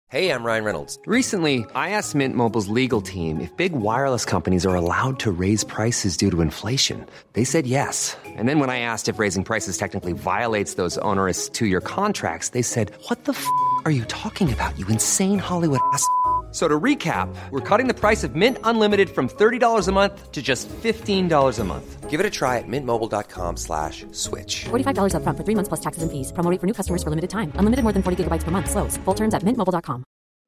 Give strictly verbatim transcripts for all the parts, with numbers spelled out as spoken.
Hey, I'm Ryan Reynolds. Recently, I asked Mint Mobile's legal team if big wireless companies are allowed to raise prices due to inflation. They said yes. And then when I asked if raising prices technically violates those onerous two-year contracts, they said, what the f*** are you talking about, you insane Hollywood ass f- So to recap, we're cutting the price of Mint Unlimited from thirty dollars a month to just fifteen dollars a month. Give it a try at mintmobile.com slash switch. forty-five dollars up front for three months plus taxes and fees. Promo rate for new customers for limited time. Unlimited more than forty gigabytes per month. Slows full terms at mint mobile dot com.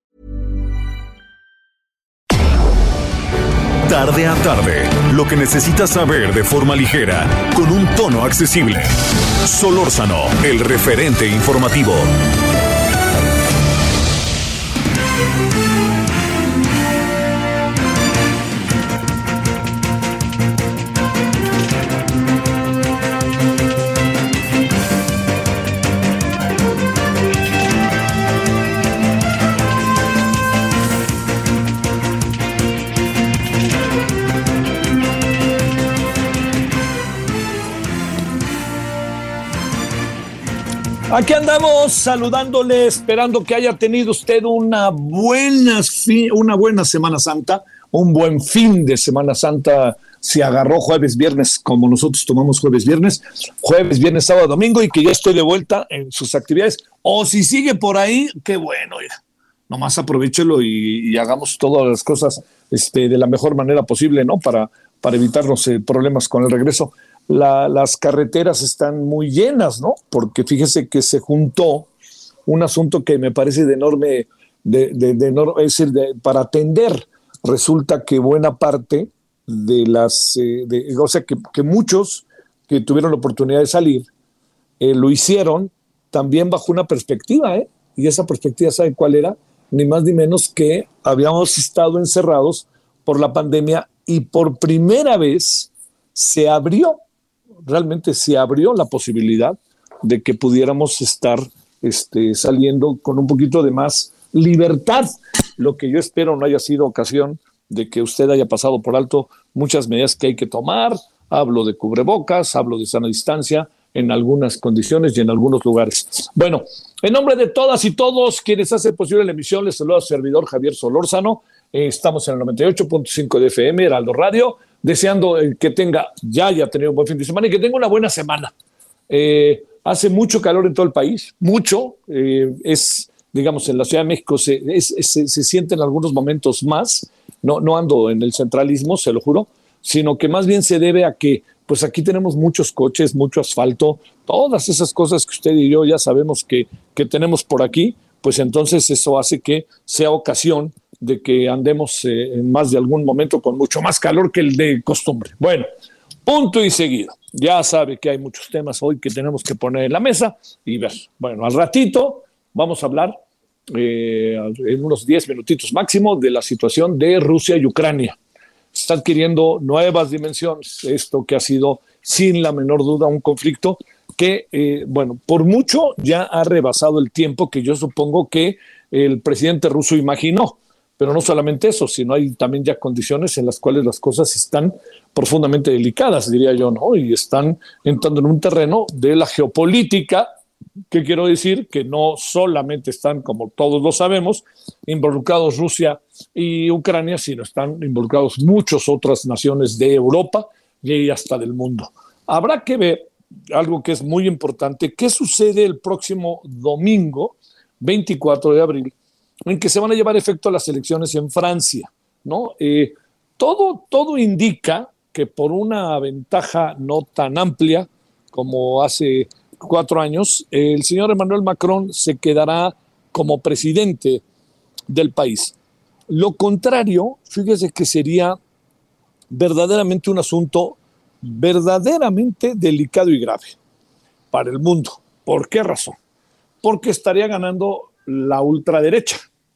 Tarde a tarde, lo que necesitas saber de forma ligera, con un tono accesible. Solórzano, el referente informativo. Aquí andamos saludándole, esperando que haya tenido usted una buena, fi- una buena Semana Santa, un buen fin de Semana Santa. Se agarró jueves, viernes, como nosotros tomamos jueves, viernes, jueves, viernes, sábado, domingo, y que ya estoy de vuelta en sus actividades. O si sigue por ahí, qué bueno, oiga. Nomás aprovéchelo y, y hagamos todas las cosas este, de la mejor manera posible, ¿no? Para, para evitarnos eh, problemas con el regreso. La, las carreteras están muy llenas, ¿no? Porque fíjese que se juntó un asunto que me parece de enorme, de, de, de enorme, es decir, de, para atender. Resulta que buena parte de las, eh, de, o sea, que, que muchos que tuvieron la oportunidad de salir, eh, lo hicieron también bajo una perspectiva, ¿eh? Y esa perspectiva, ¿sabe cuál era? Ni más ni menos que habíamos estado encerrados por la pandemia y por primera vez se abrió, realmente se abrió la posibilidad de que pudiéramos estar este, saliendo con un poquito de más libertad. Lo que yo espero no haya sido ocasión de que usted haya pasado por alto muchas medidas que hay que tomar. Hablo de cubrebocas, hablo de sana distancia en algunas condiciones y en algunos lugares. Bueno, en nombre de todas y todos quienes hacen posible la emisión, les saluda a su servidor Javier Solórzano. Eh, estamos en el noventa y ocho punto cinco de F M, Heraldo Radio, deseando eh, que tenga, ya haya tenido un buen fin de semana y que tenga una buena semana. Eh, hace mucho calor en todo el país, mucho, eh, es, digamos, en la Ciudad de México se, es, es, se, se siente en algunos momentos más, no, no ando en el centralismo, se lo juro, sino que más bien se debe a que, pues aquí tenemos muchos coches, mucho asfalto, todas esas cosas que usted y yo ya sabemos que, que tenemos por aquí, pues entonces eso hace que sea ocasión de que andemos eh, en más de algún momento con mucho más calor que el de costumbre. Bueno, punto y seguido. Ya sabe que hay muchos temas hoy que tenemos que poner en la mesa y ver. Bueno, al ratito vamos a hablar eh, en unos diez minutitos máximo de la situación de Rusia y Ucrania. Está adquiriendo nuevas dimensiones esto que ha sido sin la menor duda un conflicto que, eh, bueno, por mucho ya ha rebasado el tiempo que yo supongo que el presidente ruso imaginó. Pero no solamente eso, sino hay también ya condiciones en las cuales las cosas están profundamente delicadas, diría yo, ¿no? Y están entrando en un terreno de la geopolítica, que quiero decir que no solamente están, como todos lo sabemos, involucrados Rusia y Ucrania, sino están involucrados muchas otras naciones de Europa y hasta del mundo. Habrá que ver algo que es muy importante, qué sucede el próximo domingo, veinticuatro de abril, en que se van a llevar efecto las elecciones en Francia, ¿no? Eh, todo, todo indica que por una ventaja no tan amplia como hace cuatro años, el señor Emmanuel Macron se quedará como presidente del país. Lo contrario, fíjese que sería verdaderamente un asunto verdaderamente delicado y grave para el mundo. ¿Por qué razón? Porque estaría ganando la ultraderecha.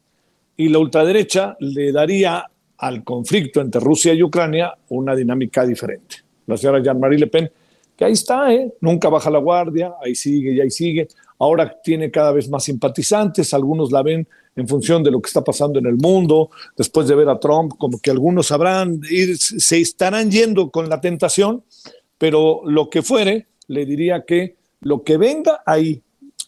Y la ultraderecha le daría al conflicto entre Rusia y Ucrania una dinámica diferente. La señora Jean-Marie Le Pen, que ahí está, ¿eh? Nunca baja la guardia, ahí sigue y ahí sigue. Ahora tiene cada vez más simpatizantes, algunos la ven en función de lo que está pasando en el mundo, después de ver a Trump, como que algunos sabrán ir, se estarán yendo con la tentación, pero lo que fuere, le diría que lo que venga ahí,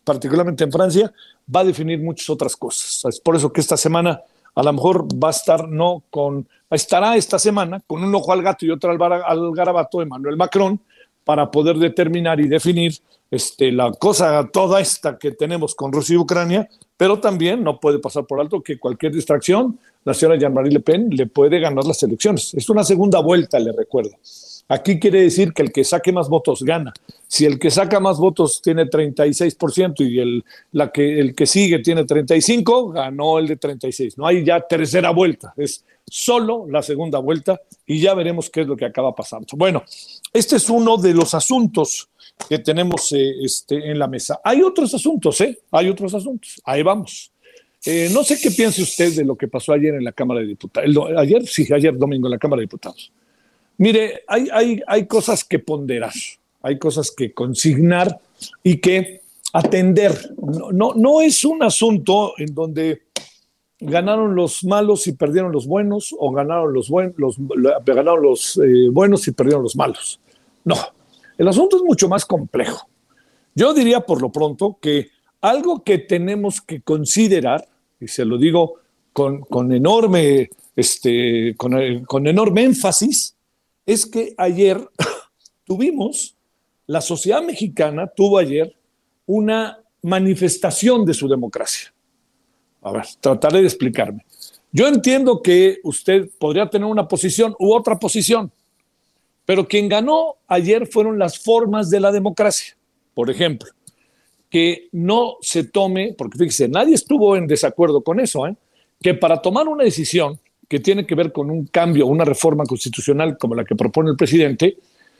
particularmente en Francia, va a definir muchas otras cosas. Es por eso que esta semana a lo mejor va a estar, no con, estará esta semana con un ojo al gato y otro al, bar, al garabato Emmanuel Macron para poder determinar y definir este, la cosa toda esta que tenemos con Rusia y Ucrania, pero también no puede pasar por alto que cualquier distracción, la señora Jean-Marie Le Pen le puede ganar las elecciones. Es una segunda vuelta, le recuerdo. Aquí quiere decir que el que saque más votos gana. Si el que saca más votos tiene treinta y seis por ciento y el, la que, el que sigue tiene treinta y cinco por ciento, ganó el de treinta y seis por ciento. No hay ya tercera vuelta, es solo la segunda vuelta y ya veremos qué es lo que acaba pasando. Bueno, este es uno de los asuntos que tenemos eh, este, en la mesa. Hay otros asuntos, ¿eh? Hay otros asuntos. Ahí vamos. Eh, no sé qué piense usted de lo que pasó ayer en la Cámara de Diputados. El, ayer, sí, ayer domingo en la Cámara de Diputados. Mire, hay, hay, hay cosas que ponderar, hay cosas que consignar y que atender. No, no, no es un asunto en donde ganaron los malos y perdieron los buenos, o ganaron los, buen, los, ganaron los eh, buenos y perdieron los malos. No, el asunto es mucho más complejo. Yo diría por lo pronto que algo que tenemos que considerar, y se lo digo con, con, enorme, este, con, con enorme énfasis, es que ayer tuvimos, la sociedad mexicana tuvo ayer una manifestación de su democracia. A ver, trataré de explicarme. Yo entiendo que usted podría tener una posición u otra posición, pero quien ganó ayer fueron las formas de la democracia. Por ejemplo, que no se tome, porque fíjese, nadie estuvo en desacuerdo con eso, ¿eh? Que para tomar una decisión que tiene que ver con un cambio, una reforma constitucional como la que propone el presidente,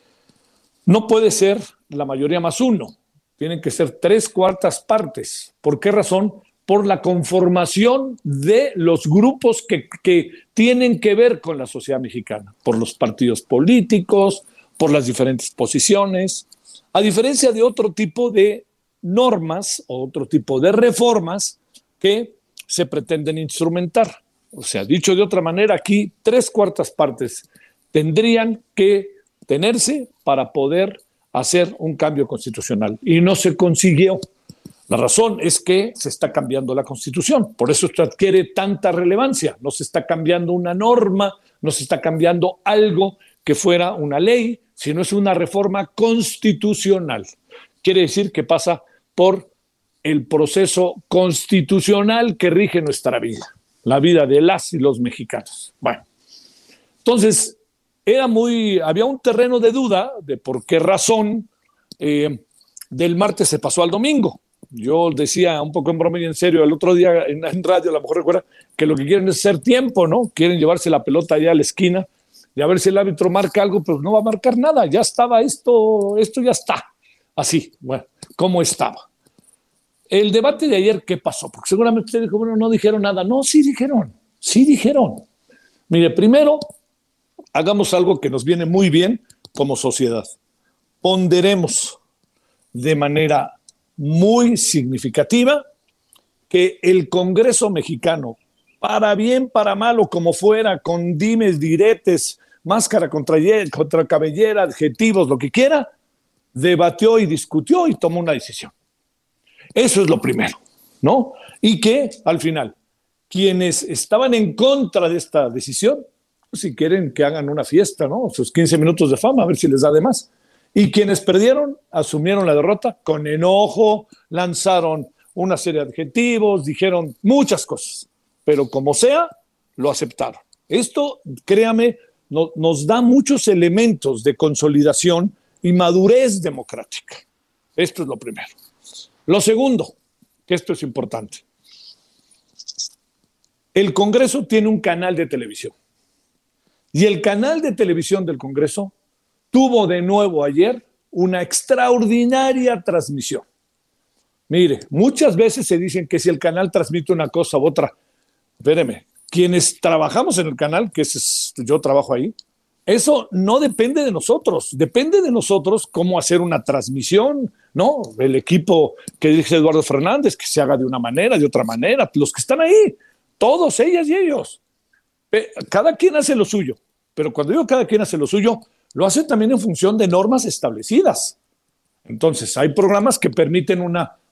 no puede ser la mayoría más uno, tienen que ser tres cuartas partes. ¿Por qué razón? Por la conformación de los grupos que, que tienen que ver con la sociedad mexicana, por los partidos políticos, por las diferentes posiciones, a diferencia de otro tipo de normas o otro tipo de reformas que se pretenden instrumentar. O sea, dicho de otra manera, aquí tres cuartas partes tendrían que tenerse para poder hacer un cambio constitucional. Y no se consiguió. La razón es que se está cambiando la Constitución. Por eso esto adquiere tanta relevancia. No se está cambiando una norma, no se está cambiando algo que fuera una ley, sino es una reforma constitucional. Quiere decir que pasa por el proceso constitucional que rige nuestra vida. La vida de las y los mexicanos. Bueno, entonces era muy, había un terreno de duda de por qué razón eh, del martes se pasó al domingo. Yo decía un poco en broma y en serio el otro día en, en radio, a lo mejor recuerda, que lo que quieren es hacer tiempo, ¿no? Quieren llevarse la pelota allá a la esquina y a ver si el árbitro marca algo, pero no va a marcar nada. Ya estaba esto, esto ya está. Así, bueno, ¿cómo estaba? El debate de ayer, ¿qué pasó? Porque seguramente usted dijo, bueno, no dijeron nada. No, sí dijeron, sí dijeron. Mire, primero, hagamos algo que nos viene muy bien como sociedad. Ponderemos de manera muy significativa que el Congreso mexicano, para bien, para mal o como fuera, con dimes, diretes, máscara contra, contra cabellera, adjetivos, lo que quiera, debatió y discutió y tomó una decisión. Eso es lo primero, ¿no? Y que al final, quienes estaban en contra de esta decisión, pues si quieren que hagan una fiesta, ¿no? Sus quince minutos de fama, a ver si les da de más. Y quienes perdieron, asumieron la derrota con enojo, lanzaron una serie de adjetivos, dijeron muchas cosas, pero como sea, lo aceptaron. Esto, créame, no, nos da muchos elementos de consolidación y madurez democrática. Esto es lo primero. Lo segundo, que esto es importante. El Congreso tiene un canal de televisión. Y el canal de televisión del Congreso tuvo de nuevo ayer una extraordinaria transmisión. Mire, muchas veces se dicen que si el canal transmite una cosa u otra, espéreme, quienes trabajamos en el canal, que es, yo trabajo ahí, eso no depende de nosotros, depende de nosotros cómo hacer una transmisión, ¿no? El equipo que dirige Eduardo Fernández, que se haga de una manera, de otra manera, los que están ahí, todos, ellas y ellos. Cada quien hace lo suyo, pero cuando digo cada quien hace lo suyo, lo hace también en función de normas establecidas. Entonces, hay programas que permiten una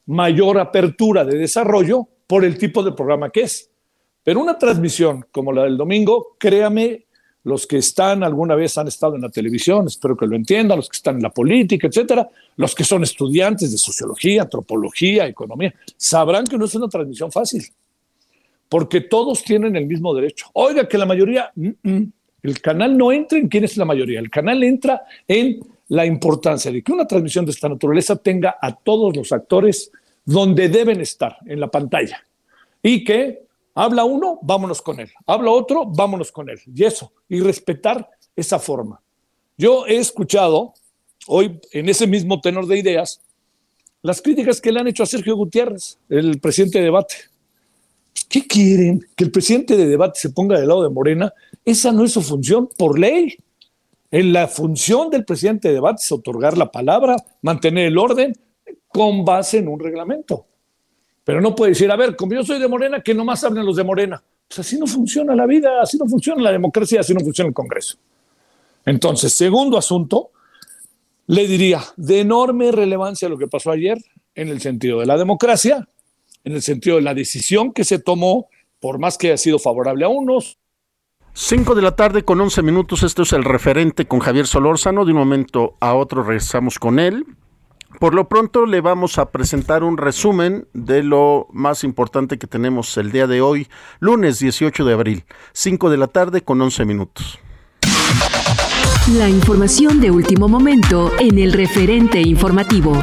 mayor apertura de desarrollo por el tipo de programa que es. Pero una transmisión como la del domingo, créame, los que están alguna vez han estado en la televisión, espero que lo entiendan, los que están en la política, etcétera, los que son estudiantes de sociología, antropología, economía, sabrán que no es una transmisión fácil, porque todos tienen el mismo derecho. Oiga, que la mayoría, mm-mm, el canal no entra en quién es la mayoría, el canal entra en la importancia de que una transmisión de esta naturaleza tenga a todos los actores donde deben estar, en la pantalla, y que habla uno, vámonos con él. Habla otro, vámonos con él. Y eso, y respetar esa forma. Yo he escuchado hoy, en ese mismo tenor de ideas, las críticas que le han hecho a Sergio Gutiérrez, el presidente de debate. ¿Qué quieren? ¿Que el presidente de debate se ponga del lado de Morena? Esa no es su función por ley. En la función del presidente de debate es otorgar la palabra, mantener el orden con base en un reglamento. Pero no puede decir, a ver, como yo soy de Morena, que nomás hablen los de Morena. Pues así no funciona la vida, así no funciona la democracia, así no funciona el Congreso. Entonces, segundo asunto, le diría, de enorme relevancia lo que pasó ayer en el sentido de la democracia, en el sentido de la decisión que se tomó, por más que haya sido favorable a unos. Cinco de la tarde con once minutos, esto es el referente con Javier Solórzano. De un momento a otro regresamos con él. Por lo pronto le vamos a presentar un resumen de lo más importante que tenemos el día de hoy, lunes dieciocho de abril, cinco de la tarde con once minutos. La información de último momento en el referente informativo.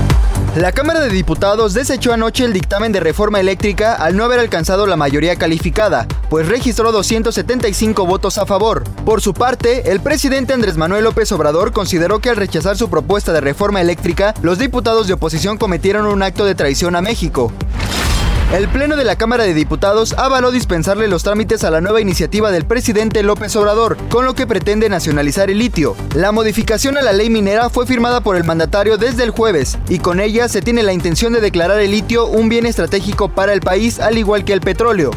La Cámara de Diputados desechó anoche el dictamen de reforma eléctrica al no haber alcanzado la mayoría calificada, pues registró doscientos setenta y cinco votos a favor. Por su parte, el presidente Andrés Manuel López Obrador consideró que al rechazar su propuesta de reforma eléctrica, los diputados de oposición cometieron un acto de traición a México. El Pleno de la Cámara de Diputados avaló dispensarle los trámites a la nueva iniciativa del presidente López Obrador, con lo que pretende nacionalizar el litio. La modificación a la ley minera fue firmada por el mandatario desde el jueves, y con ella se tiene la intención de declarar el litio un bien estratégico para el país, al igual que el petróleo.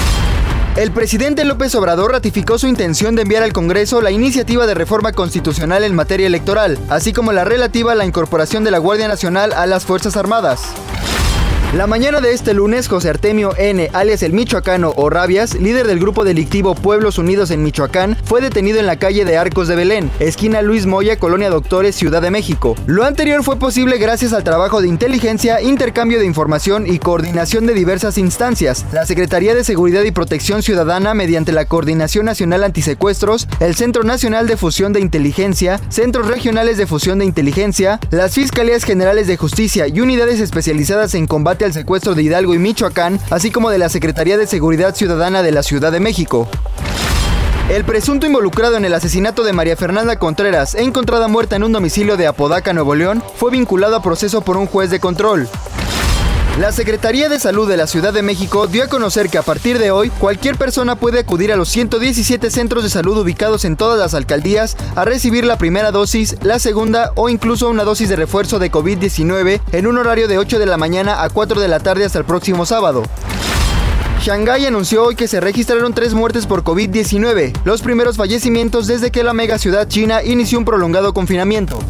El presidente López Obrador ratificó su intención de enviar al Congreso la iniciativa de reforma constitucional en materia electoral, así como la relativa a la incorporación de la Guardia Nacional a las Fuerzas Armadas. La mañana de este lunes, José Artemio N., alias el Michoacano o Rabias, líder del grupo delictivo Pueblos Unidos en Michoacán, fue detenido en la calle de Arcos de Belén, esquina Luis Moya, Colonia Doctores, Ciudad de México. Lo anterior fue posible gracias al trabajo de inteligencia, intercambio de información y coordinación de diversas instancias. La Secretaría de Seguridad y Protección Ciudadana, mediante la Coordinación Nacional Antisecuestros, el Centro Nacional de Fusión de Inteligencia, Centros Regionales de Fusión de Inteligencia, las Fiscalías Generales de Justicia y unidades especializadas en combate al secuestro de Hidalgo y Michoacán, así como de la Secretaría de Seguridad Ciudadana de la Ciudad de México. El presunto involucrado en el asesinato de María Fernanda Contreras, encontrada muerta en un domicilio de Apodaca, Nuevo León, fue vinculado a proceso por un juez de control. La Secretaría de Salud de la Ciudad de México dio a conocer que a partir de hoy, cualquier persona puede acudir a los ciento diecisiete centros de salud ubicados en todas las alcaldías a recibir la primera dosis, la segunda o incluso una dosis de refuerzo de covid diecinueve en un horario de ocho de la mañana a cuatro de la tarde hasta el próximo sábado. Shanghái anunció hoy que se registraron tres muertes por covid diecinueve, los primeros fallecimientos desde que la megaciudad china inició un prolongado confinamiento.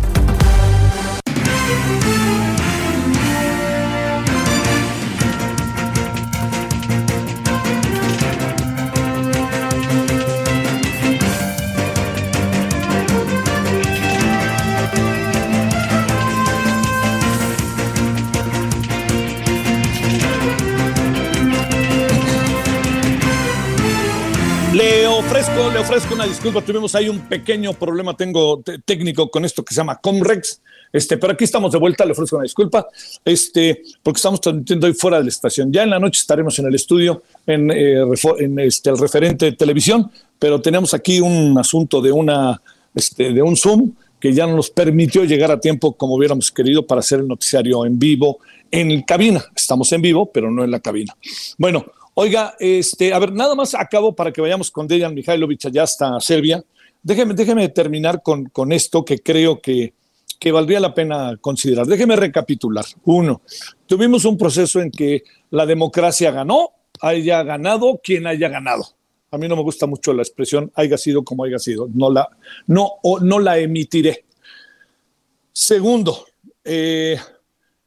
Le ofrezco, le ofrezco una disculpa, tuvimos ahí un pequeño problema tengo t- técnico con esto que se llama Comrex, este, pero aquí estamos de vuelta, le ofrezco una disculpa, este, porque estamos transmitiendo hoy fuera de la estación. Ya en la noche estaremos en el estudio, en, eh, en este, el referente de televisión, pero tenemos aquí un asunto de, una, este, de un Zoom que ya no nos permitió llegar a tiempo como hubiéramos querido para hacer el noticiario en vivo en cabina. Estamos en vivo, pero no en la cabina. Bueno, oiga, este, a ver, nada más acabo para que vayamos con Dejan Mihailovic allá hasta Serbia. Déjeme, déjeme terminar con, con esto que creo que, que valdría la pena considerar. Déjeme recapitular. Uno, tuvimos un proceso en que la democracia ganó, haya ganado quien haya ganado. A mí no me gusta mucho la expresión haya sido como haya sido. No la, no, o no la emitiré. Segundo, eh,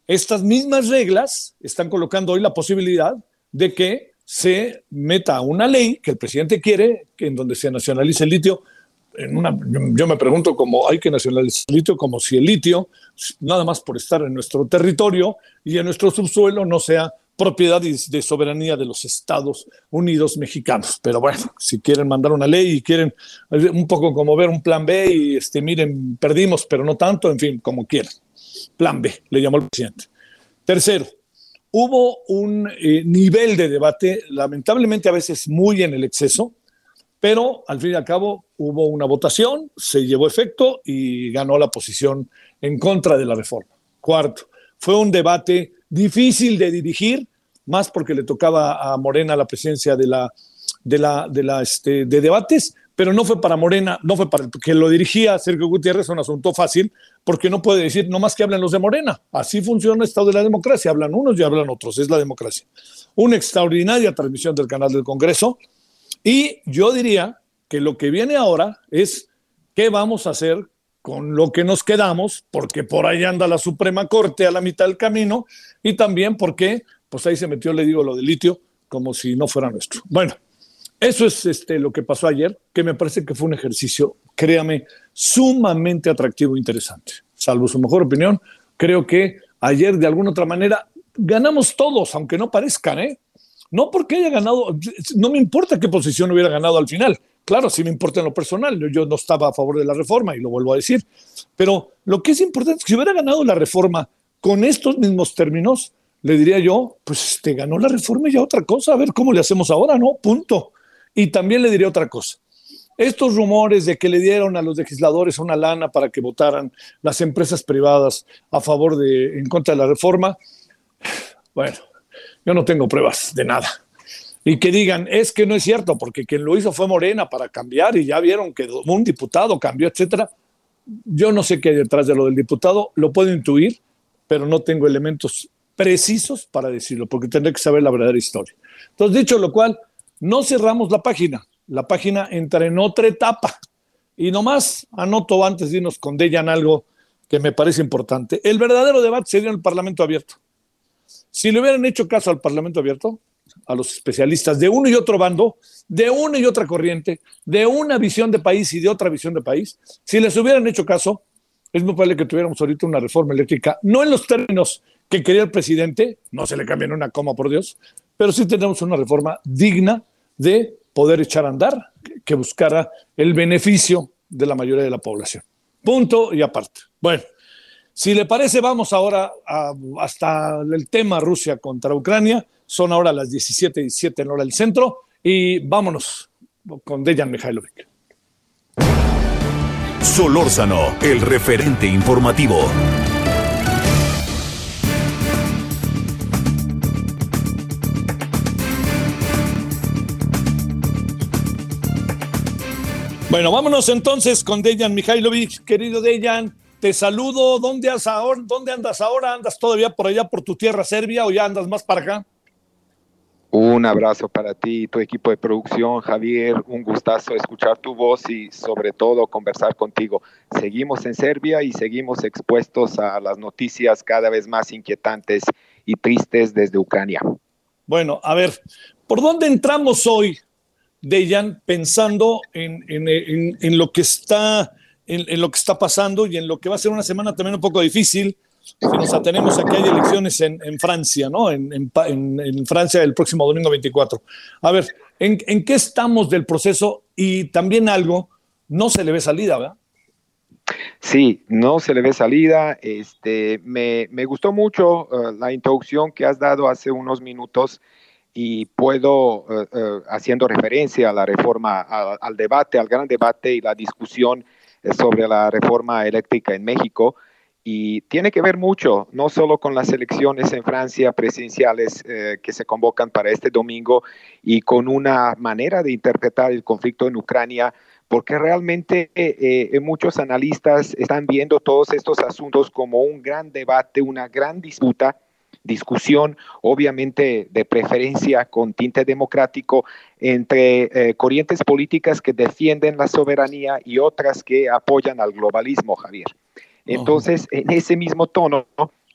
Estas mismas reglas están colocando hoy la posibilidad de que se meta una ley que el presidente quiere, que en donde se nacionalice el litio. En una, yo me pregunto cómo hay que nacionalizar el litio, como si el litio, nada más por estar en nuestro territorio y en nuestro subsuelo, no sea propiedad de soberanía de los Estados Unidos mexicanos. Pero bueno, si quieren mandar una ley y quieren un poco como ver un plan B y este, miren, perdimos, pero no tanto, en fin, como quieran. Plan B, le llamó el presidente. Tercero, hubo un eh, nivel de debate, lamentablemente a veces muy en el exceso, pero al fin y al cabo hubo una votación, se llevó efecto y ganó la posición en contra de la reforma. Cuarto, fue un debate difícil de dirigir, más porque le tocaba a Morena la presidencia de la de la de la este de debates, pero no fue para Morena, no fue para el que lo dirigía Sergio Gutiérrez, un asunto fácil, porque no puede decir nomás que hablan los de Morena. Así funciona el estado de la democracia, hablan unos y hablan otros, es la democracia. Una extraordinaria transmisión del canal del Congreso, y yo diría que lo que viene ahora es qué vamos a hacer con lo que nos quedamos, porque por ahí anda la Suprema Corte a la mitad del camino, y también porque pues ahí se metió, le digo, lo del litio, como si no fuera nuestro. Bueno, eso es este, lo que pasó ayer, que me parece que fue un ejercicio, créame, sumamente atractivo e interesante. Salvo su mejor opinión, creo que ayer de alguna otra manera ganamos todos, aunque no parezcan, ¿eh? No porque haya ganado, no me importa qué posición hubiera ganado al final. Claro, sí me importa en lo personal, yo no estaba a favor de la reforma y lo vuelvo a decir, pero lo que es importante es que si hubiera ganado la reforma con estos mismos términos, le diría yo, pues te ganó la reforma y ya otra cosa, a ver cómo le hacemos ahora, ¿no? Punto. Y también le diría otra cosa. Estos rumores de que le dieron a los legisladores una lana para que votaran las empresas privadas a favor de, en contra de la reforma, bueno, yo no tengo pruebas de nada. Y que digan, es que no es cierto, porque quien lo hizo fue Morena para cambiar y ya vieron que un diputado cambió, etcétera. Yo no sé qué hay detrás de lo del diputado, lo puedo intuir, pero no tengo elementos precisos para decirlo, porque tendré que saber la verdadera historia. Entonces, dicho lo cual, no cerramos la página. La página entra en otra etapa. Y nomás anoto antes de irnos con Dejan algo que me parece importante. El verdadero debate se dio en el Parlamento Abierto. Si le hubieran hecho caso al Parlamento Abierto, a los especialistas de uno y otro bando, de una y otra corriente, de una visión de país y de otra visión de país, si les hubieran hecho caso, es muy probable que tuviéramos ahorita una reforma eléctrica, no en los términos que quería el presidente, no se le cambien una coma, por Dios, pero sí tenemos una reforma digna de poder echar a andar, que buscara el beneficio de la mayoría de la población. Punto y aparte. Bueno, si le parece, vamos ahora a, hasta el tema Rusia contra Ucrania. Son ahora las diecisiete diecisiete en hora del centro y vámonos con Dejan Mihailovic. Solórzano, el referente informativo. Bueno, vámonos entonces con Dejan Mihailovic. Querido Dejan, te saludo. ¿Dónde, has ahora, ¿Dónde andas ahora? ¿Andas todavía por allá por tu tierra Serbia o ya andas más para acá? Un abrazo para ti y tu equipo de producción, Javier. Un gustazo escuchar tu voz y sobre todo conversar contigo. Seguimos en Serbia y seguimos expuestos a las noticias cada vez más inquietantes y tristes desde Ucrania. Bueno, a ver, ¿por dónde entramos hoy, Dejan, pensando en, en, en, en lo que está, en, en lo que está pasando y en lo que va a ser una semana también un poco difícil? Si nos atenemos a que hay elecciones en, en Francia, ¿no? En, en, en Francia el próximo domingo veinticuatro. A ver, ¿en, ¿en qué estamos del proceso? Y también algo, no se le ve salida, ¿verdad? Sí, no se le ve salida. Este, me, me gustó mucho uh, la introducción que has dado hace unos minutos y puedo, uh, uh, haciendo referencia a la reforma, a, al debate, al gran debate y la discusión uh, sobre la reforma eléctrica en México. Y tiene que ver mucho, no solo con las elecciones en Francia presidenciales eh, que se convocan para este domingo y con una manera de interpretar el conflicto en Ucrania, porque realmente eh, eh, muchos analistas están viendo todos estos asuntos como un gran debate, una gran disputa, discusión, obviamente de preferencia con tinte democrático, entre eh, corrientes políticas que defienden la soberanía y otras que apoyan al globalismo, Javier. Entonces, en ese mismo tono,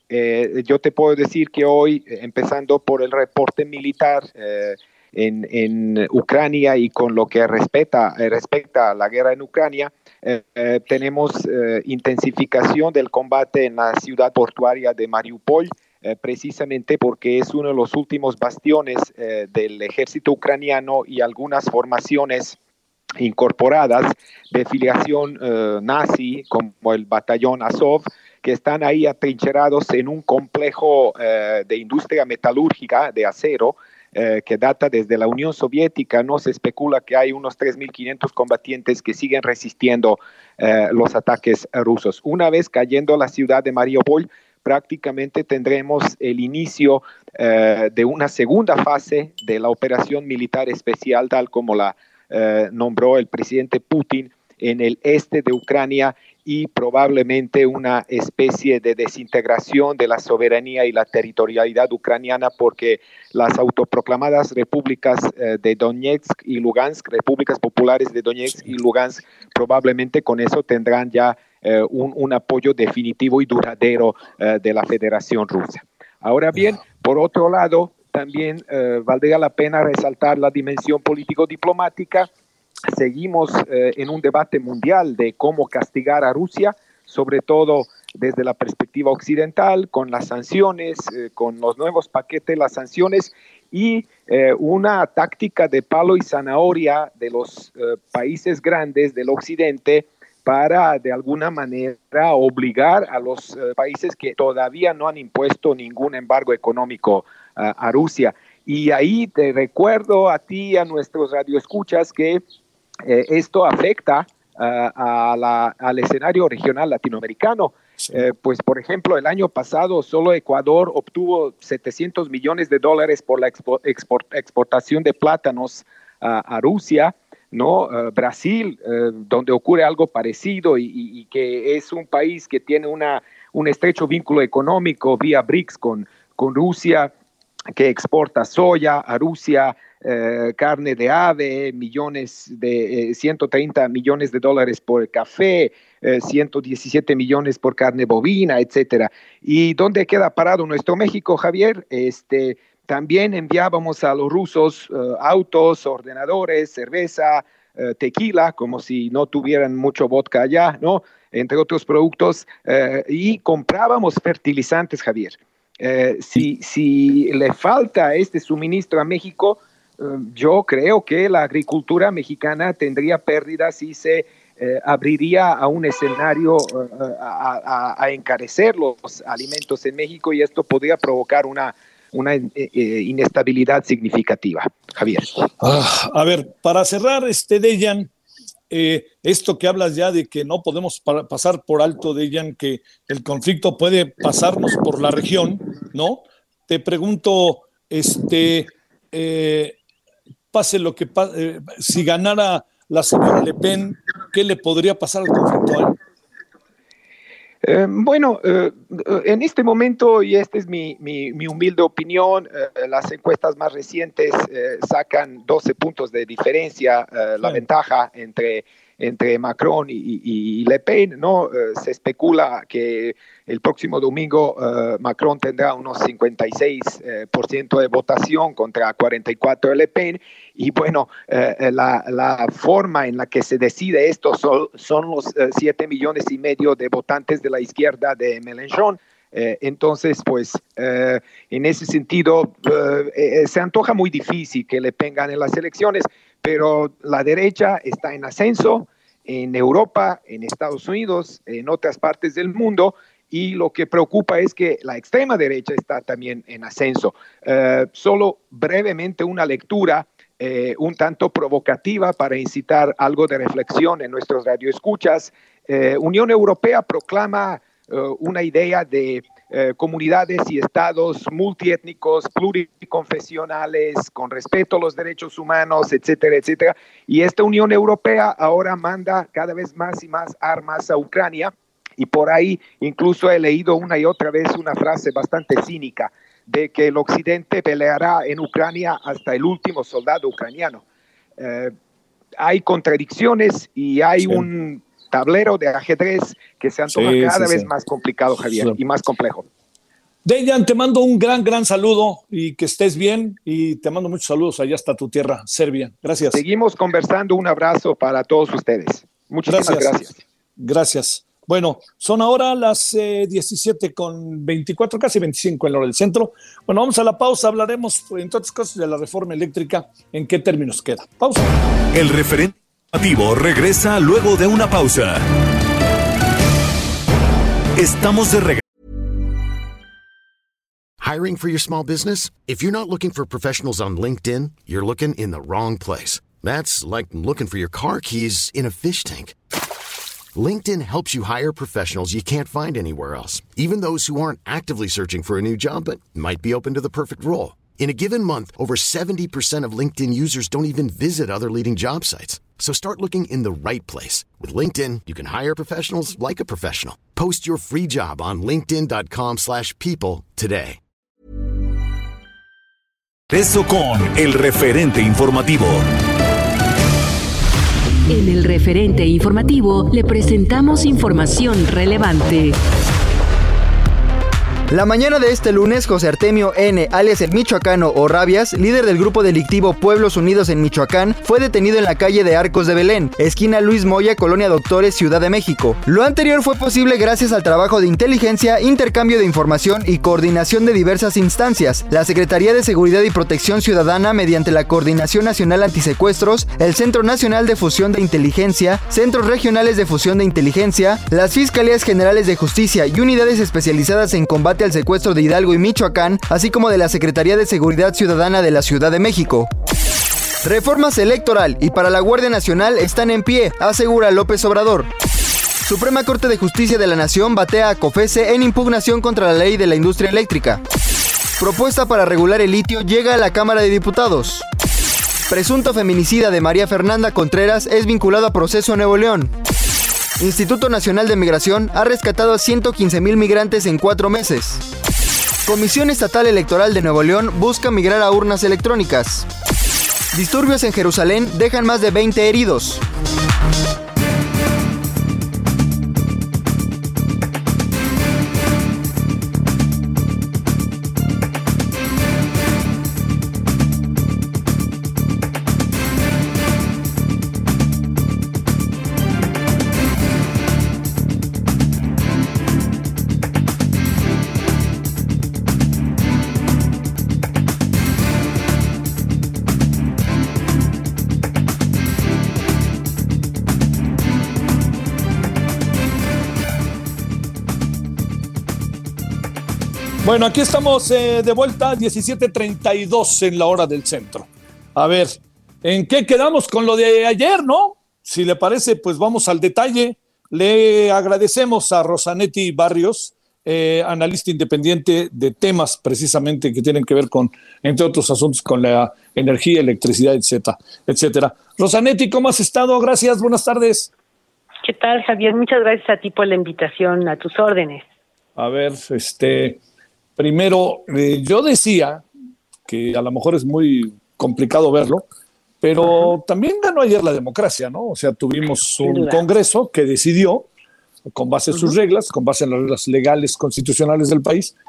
Eh, yo te puedo decir que hoy, empezando por el reporte militar eh, en, en Ucrania y con lo que respecta, eh, respecta a la guerra en Ucrania, eh, eh, tenemos eh, intensificación del combate en la ciudad portuaria de Mariupol, eh, precisamente porque es uno de los últimos bastiones eh, del ejército ucraniano y algunas formaciones incorporadas de filiación eh, nazi, como el batallón Azov, que están ahí atrincherados en un complejo eh, de industria metalúrgica de acero eh, que data desde la Unión Soviética. No se especula que hay unos tres mil quinientos combatientes que siguen resistiendo eh, los ataques rusos. Una vez cayendo la ciudad de Mariupol, prácticamente tendremos el inicio eh, de una segunda fase de la operación militar especial, tal como la eh, nombró el presidente Putin, en el este de Ucrania, y probablemente una especie de desintegración de la soberanía y la territorialidad ucraniana, porque las autoproclamadas repúblicas eh, de Donetsk y Lugansk, repúblicas populares de Donetsk y Lugansk, probablemente con eso tendrán ya eh, un, un apoyo definitivo y duradero eh, de la Federación Rusa. Ahora bien, por otro lado, también eh, valdría la pena resaltar la dimensión político-diplomática. Seguimos eh, en un debate mundial de cómo castigar a Rusia, sobre todo desde la perspectiva occidental, con las sanciones, eh, con los nuevos paquetes de las sanciones y eh, una táctica de palo y zanahoria de los eh, países grandes del occidente para de alguna manera obligar a los eh, países que todavía no han impuesto ningún embargo económico uh, a Rusia. Y ahí te recuerdo a ti y a nuestros radioescuchas que Eh, esto afecta uh, a la, al escenario regional latinoamericano. Sí. Eh, pues, por ejemplo, el año pasado solo Ecuador obtuvo setecientos millones de dólares por la expo, export, exportación de plátanos uh, a Rusia, ¿no? Uh, Brasil, uh, donde ocurre algo parecido y, y, y que es un país que tiene una, un estrecho vínculo económico vía BRICS con, con Rusia, que exporta soya a Rusia, eh, carne de ave, millones de, eh, ciento treinta millones de dólares por café, eh, ciento diecisiete millones por carne bovina, etcétera. ¿Y dónde queda parado nuestro México, Javier? Este, también enviábamos a los rusos eh, autos, ordenadores, cerveza, eh, tequila, como si no tuvieran mucho vodka allá, ¿no? Entre otros productos, eh, y comprábamos fertilizantes, Javier. Eh, si, si le falta este suministro a México, eh, yo creo que la agricultura mexicana tendría pérdidas y se eh, abriría a un escenario eh, a, a, a encarecer los alimentos en México, y esto podría provocar una, una eh, eh, inestabilidad significativa. Javier. Ah, a ver, para cerrar, este Dejan, Eh, esto que hablas ya de que no podemos pa- pasar por alto, Dejan, que el conflicto puede pasarnos por la región, ¿no? Te pregunto, este, eh, pase lo que pase, eh, si ganara la señora Le Pen, ¿qué le podría pasar al conflicto? Eh, bueno, eh, en este momento, y esta es mi, mi, mi humilde opinión, eh, las encuestas más recientes eh, sacan doce puntos de diferencia, eh, la sí. ventaja entre, entre Macron y, y, y Le Pen, ¿no? Eh, se especula que el próximo domingo eh, Macron tendrá unos cincuenta y seis por ciento de votación contra cuarenta y cuatro de Le Pen, y bueno, eh, la, la forma en la que se decide esto son, son los eh, siete millones y medio de votantes de la izquierda de Mélenchon. Eh, entonces, pues, eh, en ese sentido, eh, eh, se antoja muy difícil que Le Pen gane las elecciones, pero la derecha está en ascenso en Europa, en Estados Unidos, en otras partes del mundo, y lo que preocupa es que la extrema derecha está también en ascenso. Eh, solo brevemente una lectura eh, un tanto provocativa para incitar algo de reflexión en nuestros radioescuchas. Eh, Unión Europea proclama uh, una idea de uh, comunidades y estados multiétnicos, pluriconfesionales, con respeto a los derechos humanos, etcétera, etcétera. Y esta Unión Europea ahora manda cada vez más y más armas a Ucrania. Y por ahí incluso he leído una y otra vez una frase bastante cínica de que el occidente peleará en Ucrania hasta el último soldado ucraniano. Eh, hay contradicciones y hay sí. un tablero de ajedrez que se antoja sí, cada sí, vez sí. más complicado, Javier, sí. y más complejo. Dejan, te mando un gran, gran saludo y que estés bien y te mando muchos saludos allá hasta tu tierra, Serbia. Gracias. Seguimos conversando. Un abrazo para todos ustedes. Muchísimas gracias. Gracias. Gracias. Bueno, son ahora las eh, diecisiete con veinticuatro, casi veinticinco en la hora del centro. Bueno, vamos a la pausa. Hablaremos, entre otras cosas, de la reforma eléctrica. ¿En qué términos queda? Pausa. El referente informativo regresa luego de una pausa. Estamos de regreso. Hiring for your small business? If you're not looking for professionals on LinkedIn, you're looking in the wrong place. That's like looking for your car keys in a fish tank. LinkedIn helps you hire professionals you can't find anywhere else, even those who aren't actively searching for a new job but might be open to the perfect role. In a given month, over seventy percent of LinkedIn users don't even visit other leading job sites. So start looking in the right place. With LinkedIn, you can hire professionals like a professional. Post your free job on linkedin.com slash people today. Eso con el referente informativo. En el referente informativo le presentamos información relevante. La mañana de este lunes, José Artemio N., alias el Michoacano o Rabias, líder del grupo delictivo Pueblos Unidos en Michoacán, fue detenido en la calle de Arcos de Belén, esquina Luis Moya, Colonia Doctores, Ciudad de México. Lo anterior fue posible gracias al trabajo de inteligencia, intercambio de información y coordinación de diversas instancias. La Secretaría de Seguridad y Protección Ciudadana, mediante la Coordinación Nacional Antisecuestros, el Centro Nacional de Fusión de Inteligencia, Centros Regionales de Fusión de Inteligencia, las Fiscalías Generales de Justicia y unidades especializadas en combate al secuestro de Hidalgo y Michoacán, así como de la Secretaría de Seguridad Ciudadana de la Ciudad de México. Reformas electoral y para la Guardia Nacional están en pie, asegura López Obrador. Suprema Corte de Justicia de la Nación batea a COFECE en impugnación contra la ley de la industria eléctrica. Propuesta para regular el litio llega a la Cámara de Diputados. Presunto feminicida de María Fernanda Contreras es vinculado a proceso en Nuevo León. Instituto Nacional de Migración ha rescatado a ciento quince mil migrantes en cuatro meses. Comisión Estatal Electoral de Nuevo León busca migrar a urnas electrónicas. Disturbios en Jerusalén dejan más de veinte heridos. Bueno, aquí estamos eh, de vuelta, diecisiete treinta y dos en la hora del centro. A ver, ¿en qué quedamos con lo de ayer, no? Si le parece, pues vamos al detalle. Le agradecemos a Rosanetti Barrios, eh, analista independiente de temas precisamente que tienen que ver con, entre otros asuntos, con la energía, electricidad, etcétera, etcétera. Rosanetti, ¿cómo has estado? Gracias, buenas tardes. ¿Qué tal, Javier? Muchas gracias a ti por la invitación, a tus órdenes. A ver, este... Primero, eh, yo decía que a lo mejor es muy complicado verlo, pero uh-huh. también ganó ayer la democracia, ¿no? O sea, tuvimos un Congreso que decidió, con base en uh-huh. sus reglas, con base en las reglas legales, constitucionales del país,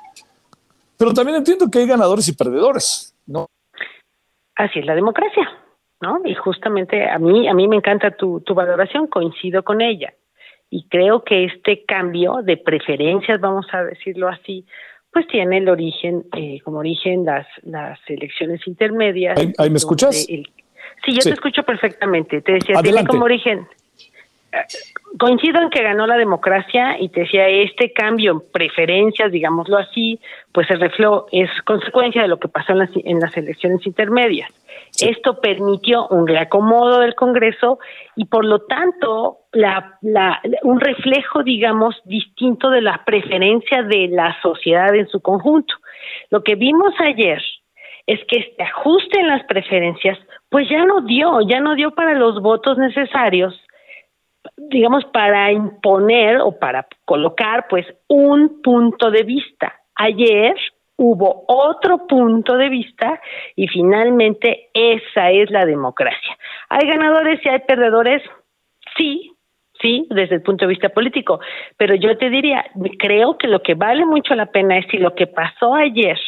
pero también entiendo que hay ganadores y perdedores, ¿no? Así es la democracia, ¿no? Y justamente a mí, a mí me encanta tu, tu valoración, coincido con ella, y creo que este cambio de preferencias, vamos a decirlo así, pues tiene el origen, eh, como origen las las elecciones intermedias. ¿Ahí, ahí me escuchas? El, sí, yo sí. te escucho perfectamente. Te decía, Adelante. Tiene como origen, eh, coincido en que ganó la democracia y te decía, este cambio en preferencias, digámoslo así, pues el reflejo es consecuencia de lo que pasó en las, en las elecciones intermedias. Sí. Esto permitió un reacomodo del Congreso y por lo tanto la, la, un reflejo, digamos, distinto de las preferencias de la sociedad en su conjunto. Lo que vimos ayer es que este ajuste en las preferencias pues ya no dio, ya no dio para los votos necesarios, digamos, para imponer o para colocar pues un punto de vista. Ayer hubo otro punto de vista y finalmente esa es la democracia. ¿Hay ganadores y hay perdedores? Sí, sí, desde el punto de vista político, pero yo te diría, creo que lo que vale mucho la pena es si lo que pasó ayer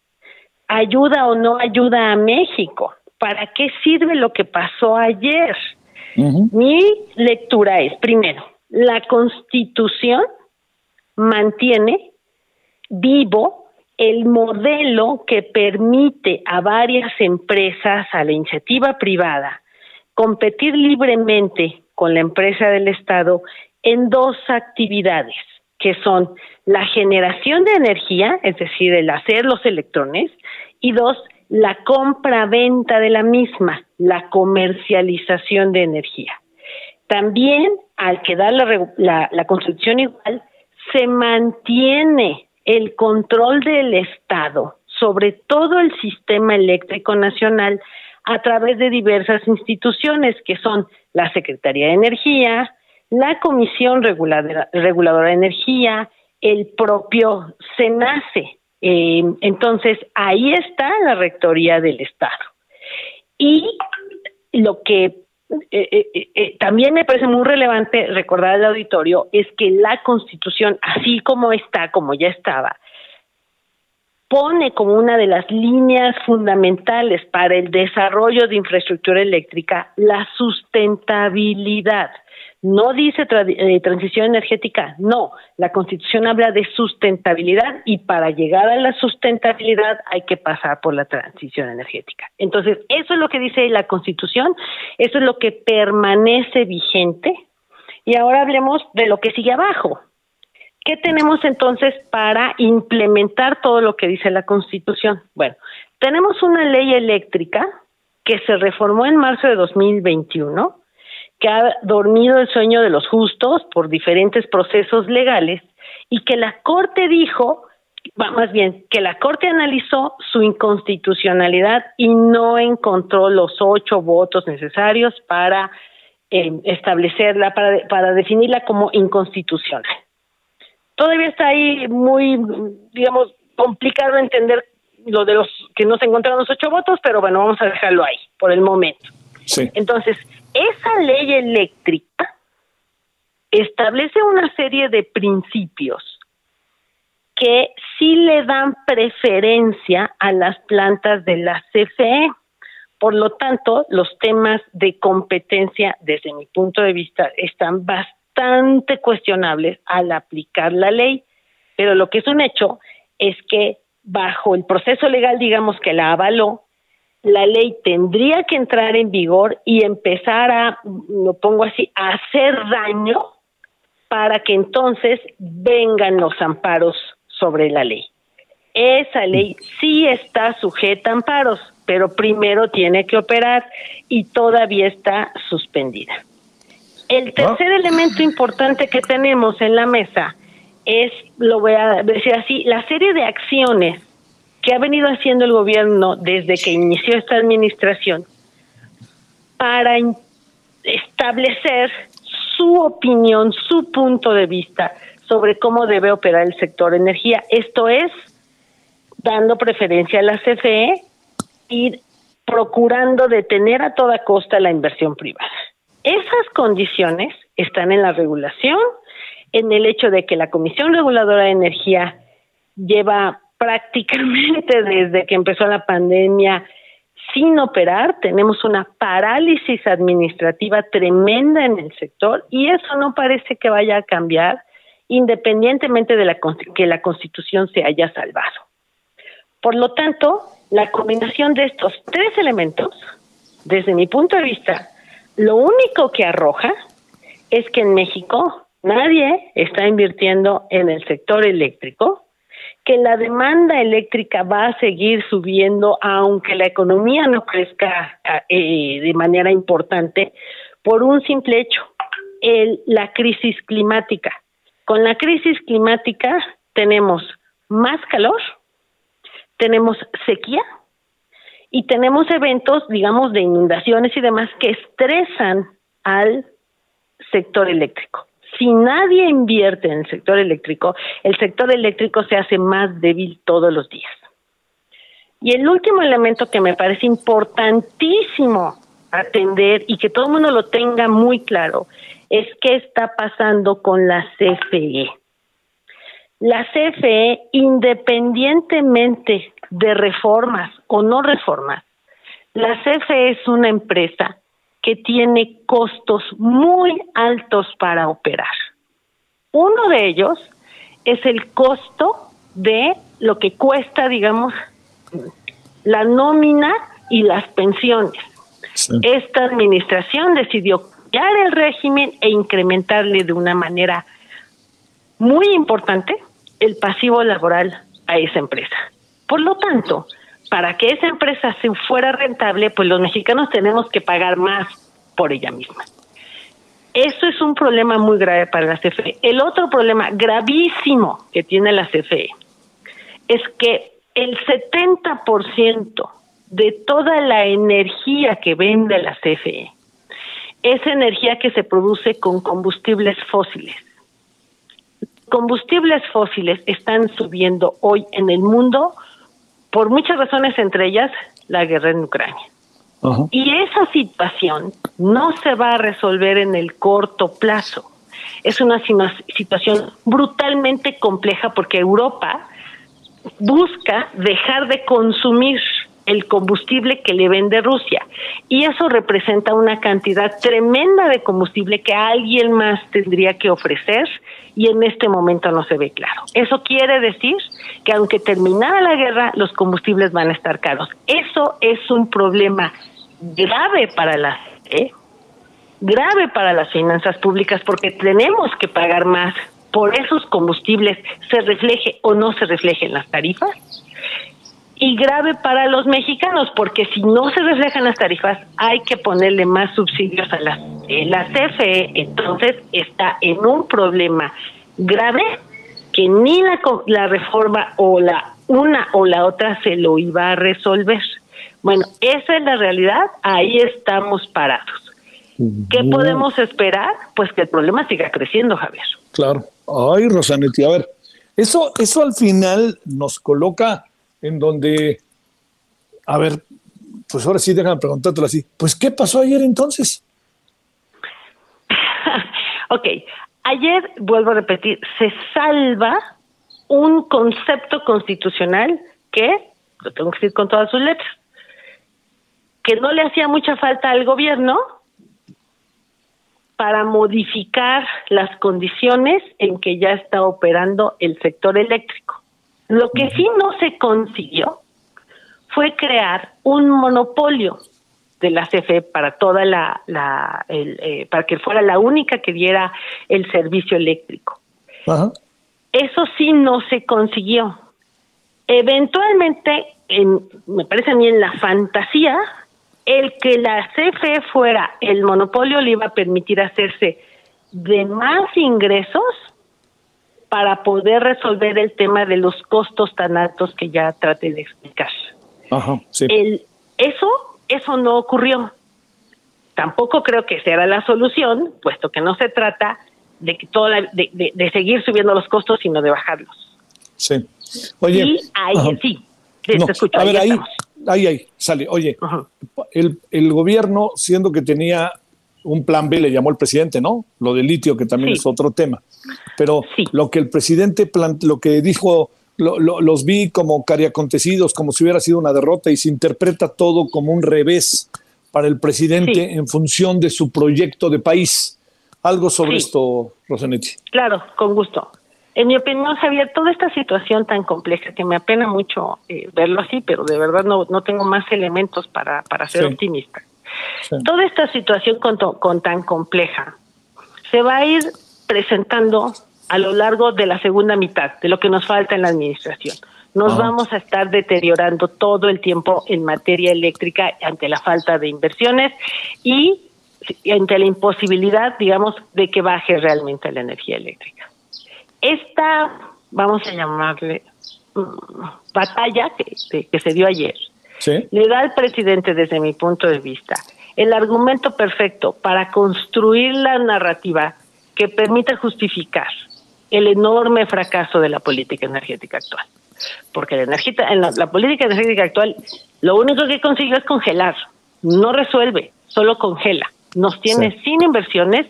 ayuda o no ayuda a México. ¿Para qué sirve lo que pasó ayer? Uh-huh. Mi lectura es, primero, la Constitución mantiene vivo el modelo que permite a varias empresas, a la iniciativa privada, competir libremente con la empresa del Estado en dos actividades, que son la generación de energía, es decir, el hacer los electrones, y dos, la compra-venta de la misma, la comercialización de energía. También, al quedar la, la, la Constitución igual, se mantiene el control del Estado sobre todo el sistema eléctrico nacional a través de diversas instituciones que son la Secretaría de Energía, la Comisión Reguladora, Reguladora de Energía, el propio SENACE. Eh, entonces, ahí está la Rectoría del Estado. Y lo que eh, eh, eh, también me parece muy relevante recordar al auditorio es que la Constitución, así como está, como ya estaba, pone como una de las líneas fundamentales para el desarrollo de infraestructura eléctrica la sustentabilidad. No dice tra eh, transición energética, no. La Constitución habla de sustentabilidad y para llegar a la sustentabilidad hay que pasar por la transición energética. Entonces, eso es lo que dice la Constitución, eso es lo que permanece vigente. Y ahora hablemos de lo que sigue abajo. ¿Qué tenemos entonces para implementar todo lo que dice la Constitución? Bueno, tenemos una ley eléctrica que se reformó en marzo de dos mil veintiuno, que ha dormido el sueño de los justos por diferentes procesos legales y que la Corte dijo, más bien, que la Corte analizó su inconstitucionalidad y no encontró los ocho votos necesarios para eh, establecerla, para, para definirla como inconstitucional. Todavía está ahí muy, digamos, complicado entender lo de los que no se encontraron los ocho votos, pero bueno, vamos a dejarlo ahí por el momento. Sí. Entonces, esa ley eléctrica establece una serie de principios que sí le dan preferencia a las plantas de la C F E. Por lo tanto, los temas de competencia, desde mi punto de vista, están bastante cuestionables al aplicar la ley, pero lo que es un hecho es que bajo el proceso legal, digamos, que la avaló, la ley tendría que entrar en vigor y empezar a, lo pongo así, a hacer daño para que entonces vengan los amparos sobre la ley. Esa ley sí está sujeta a amparos, pero primero tiene que operar y todavía está suspendida. El tercer ¿Ah? elemento importante que tenemos en la mesa es, lo voy a decir así, la serie de acciones que ha venido haciendo el gobierno desde que inició esta administración para establecer su opinión, su punto de vista sobre cómo debe operar el sector energía. Esto es, dando preferencia a la C F E y procurando detener a toda costa la inversión privada. Esas condiciones están en la regulación, en el hecho de que la Comisión Reguladora de Energía lleva prácticamente desde que empezó la pandemia sin operar. Tenemos una parálisis administrativa tremenda en el sector y eso no parece que vaya a cambiar independientemente de la que la Constitución se haya salvado. Por lo tanto, la combinación de estos tres elementos, desde mi punto de vista, lo único que arroja es que en México nadie está invirtiendo en el sector eléctrico, que la demanda eléctrica va a seguir subiendo aunque la economía no crezca eh, de manera importante por un simple hecho, el, la crisis climática. Con la crisis climática tenemos más calor, tenemos sequía y tenemos eventos, digamos, de inundaciones y demás que estresan al sector eléctrico. Si nadie invierte en el sector eléctrico, el sector eléctrico se hace más débil todos los días. Y el último elemento que me parece importantísimo atender y que todo el mundo lo tenga muy claro es qué está pasando con la C F E. La C F E, independientemente de reformas o no reformas, la C F E es una empresa que tiene costos muy altos para operar. Uno de ellos es el costo de lo que cuesta, digamos, la nómina y las pensiones. Sí. Esta administración decidió cambiar el régimen e incrementarle de una manera muy importante el pasivo laboral a esa empresa. Por lo tanto, para que esa empresa se fuera rentable, pues los mexicanos tenemos que pagar más por ella misma. Eso es un problema muy grave para la C F E. El otro problema gravísimo que tiene la C F E es que el setenta por ciento de toda la energía que vende la C F E es energía que se produce con combustibles fósiles. Combustibles fósiles están subiendo hoy en el mundo por muchas razones, entre ellas la guerra en Ucrania. Uh-huh. Y esa situación no se va a resolver en el corto plazo. Es una situación brutalmente compleja porque Europa busca dejar de consumir el combustible que le vende Rusia, y eso representa una cantidad tremenda de combustible que alguien más tendría que ofrecer, y en este momento no se ve claro. Eso quiere decir que aunque terminara la guerra, los combustibles van a estar caros. Eso es un problema grave para la ¿eh? grave para las finanzas públicas, porque tenemos que pagar más por esos combustibles, se refleje o no se refleje en las tarifas. Y grave para los mexicanos, porque si no se reflejan las tarifas, hay que ponerle más subsidios a la, eh, la C F E. Entonces está en un problema grave que ni la, la reforma o la una o la otra se lo iba a resolver. Bueno, esa es la realidad, ahí estamos parados. ¿Qué podemos esperar? Pues que el problema siga creciendo, Javier. Claro. Ay, Rosanetti, a ver, eso, eso al final nos coloca en donde, a ver, pues ahora sí déjame preguntártelo así, pues ¿qué pasó ayer entonces? Ok, ayer, vuelvo a repetir, se salva un concepto constitucional que, lo tengo que decir con todas sus letras, que no le hacía mucha falta al gobierno para modificar las condiciones en que ya está operando el sector eléctrico. Lo que sí no se consiguió fue crear un monopolio de la C F E para toda la, la el, eh, para que fuera la única que diera el servicio eléctrico. Ajá. Eso sí no se consiguió. Eventualmente, en, me parece a mí en la fantasía, el que la C F E fuera el monopolio le iba a permitir hacerse de más ingresos para poder resolver el tema de los costos tan altos que ya traté de explicar. Ajá, sí. El, eso, eso no ocurrió. Tampoco creo que sea la solución, puesto que no se trata de que toda de, de, de seguir subiendo los costos, sino de bajarlos. Sí. Oye. Y ahí ajá. sí, te, no, te escucho. A ver, ahí, estamos. ahí, ahí, sale. Oye, el, el gobierno, siendo que tenía un plan B, le llamó el presidente, ¿no? Lo del litio, que también sí. es otro tema. Pero sí. lo que el presidente, plante, lo que dijo, lo, lo, los vi como cariacontecidos, como si hubiera sido una derrota, y se interpreta todo como un revés para el presidente sí. en función de su proyecto de país. Algo sobre sí. esto, Rosanetti. Claro, con gusto. En mi opinión, Javier, toda esta situación tan compleja, que me apena mucho eh, verlo así, pero de verdad no, no tengo más elementos para, para ser sí. optimista. Sí. Toda esta situación con, to, con tan compleja se va a ir presentando a lo largo de la segunda mitad de lo que nos falta en la administración. Nos ah. vamos a estar deteriorando todo el tiempo en materia eléctrica ante la falta de inversiones y ante la imposibilidad, digamos, de que baje realmente la energía eléctrica. Esta, vamos a llamarle, um, batalla que, que se dio ayer, ¿sí? le da al presidente, desde mi punto de vista, el argumento perfecto para construir la narrativa que permita justificar el enorme fracaso de la política energética actual. Porque la, energía, en la, la política energética actual lo único que consiguió es congelar, no resuelve, solo congela. Nos tiene sí. sin inversiones,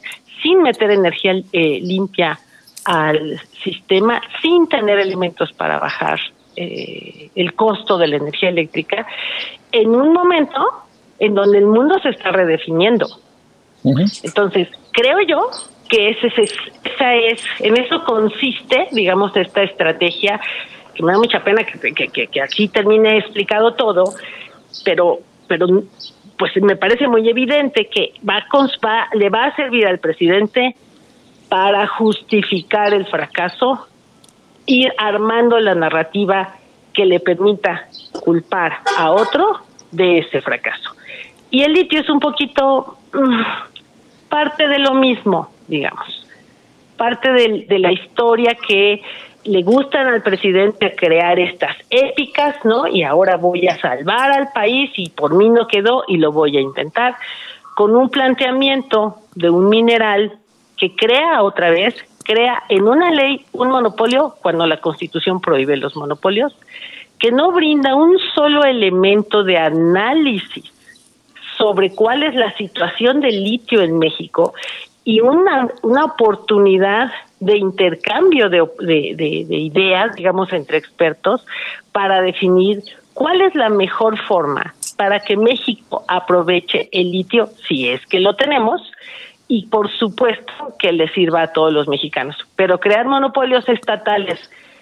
sin meter energía eh, limpia al sistema, sin tener elementos para bajar eh, el costo de la energía eléctrica, en un momento en donde el mundo se está redefiniendo. Uh-huh. Entonces, creo yo que ese, ese, esa es, en eso consiste, digamos, esta estrategia, que me da mucha pena que, que, que, que así termine explicado todo, pero, pero pues me parece muy evidente que va a, va, le va a servir al presidente para justificar el fracaso, ir armando la narrativa que le permita culpar a otro de ese fracaso. Y el litio es un poquito mmm, parte de lo mismo, digamos, parte de, de la historia que le gustan al presidente crear estas épicas, ¿no? Y ahora voy a salvar al país y por mí no quedó y lo voy a intentar, con un planteamiento de un mineral que crea otra vez, crea en una ley un monopolio cuando la Constitución prohíbe los monopolios, que no brinda un solo elemento de análisis sobre cuál es la situación del litio en México y una, una oportunidad de intercambio de, de, de, de ideas, digamos, entre expertos, para definir cuál es la mejor forma para que México aproveche el litio, si es que lo tenemos, y por supuesto que le sirva a todos los mexicanos. Pero crear monopolios estatales,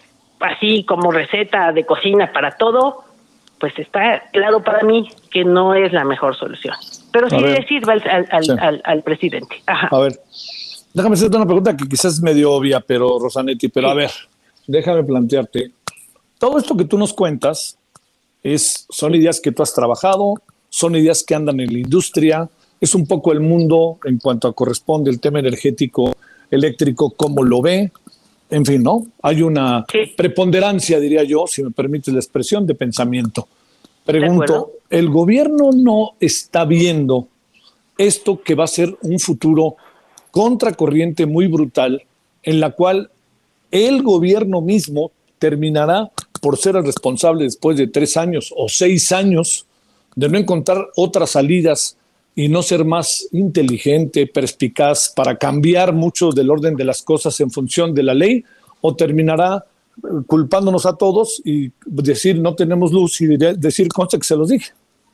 así como receta de cocina para todo, pues está claro para mí que no es la mejor solución. Pero sí le sirva al, al, al, sí. al, al presidente. Ajá. A ver, déjame hacerte una pregunta que quizás es medio obvia, pero Rosanetti, pero sí. A ver, déjame plantearte. Todo esto que tú nos cuentas es, son ideas que tú has trabajado, son ideas que andan en la industria, es un poco el mundo en cuanto a corresponde el tema energético eléctrico, cómo lo ve, en fin, ¿no? Hay una sí. preponderancia, diría yo, si me permites la expresión, de pensamiento. Pregunto, ¿el gobierno no está viendo esto que va a ser un futuro contracorriente muy brutal, en la cual el gobierno mismo terminará por ser el responsable después de tres años o seis años de no encontrar otras salidas y no ser más inteligente, perspicaz para cambiar mucho del orden de las cosas en función de la ley, o terminará culpándonos a todos y decir no tenemos luz y decir consta que se los dije?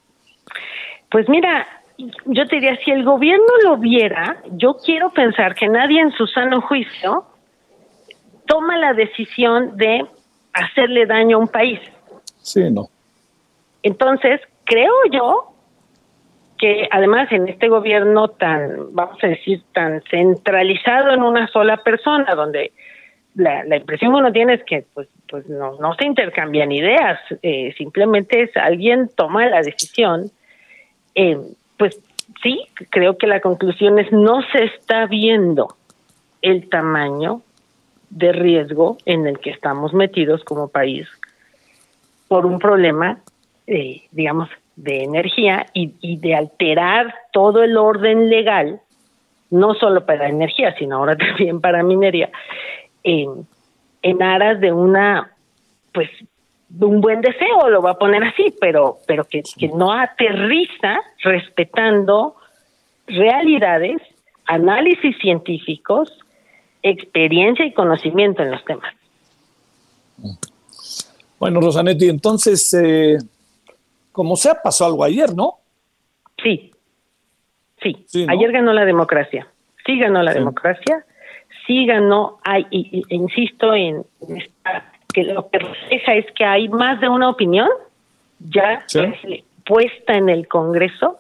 Pues mira, yo te diría, si el gobierno lo viera, yo quiero pensar que nadie en su sano juicio toma la decisión de hacerle daño a un país. Sí, no. Entonces, creo yo que además en este gobierno tan, vamos a decir, tan centralizado en una sola persona, donde la, la impresión que uno tiene es que pues, pues no, no se intercambian ideas, eh, simplemente es alguien toma la decisión, eh, pues sí, creo que la conclusión es no se está viendo el tamaño de riesgo en el que estamos metidos como país por un problema, eh, digamos, de energía y, y de alterar todo el orden legal, no solo para energía, sino ahora también para minería, en, en aras de una, pues, de un buen deseo, lo va a poner así, pero, pero que, que no aterriza respetando realidades, análisis científicos, experiencia y conocimiento en los temas. Bueno, Rosanetti, entonces, eh, como sea, pasó algo ayer, ¿no? Sí, sí. sí ¿no? Ayer ganó la democracia. Sí ganó la sí. democracia. Sí ganó, hay, y, y, insisto en esta, que lo que refleja es que hay más de una opinión ya sí. puesta en el Congreso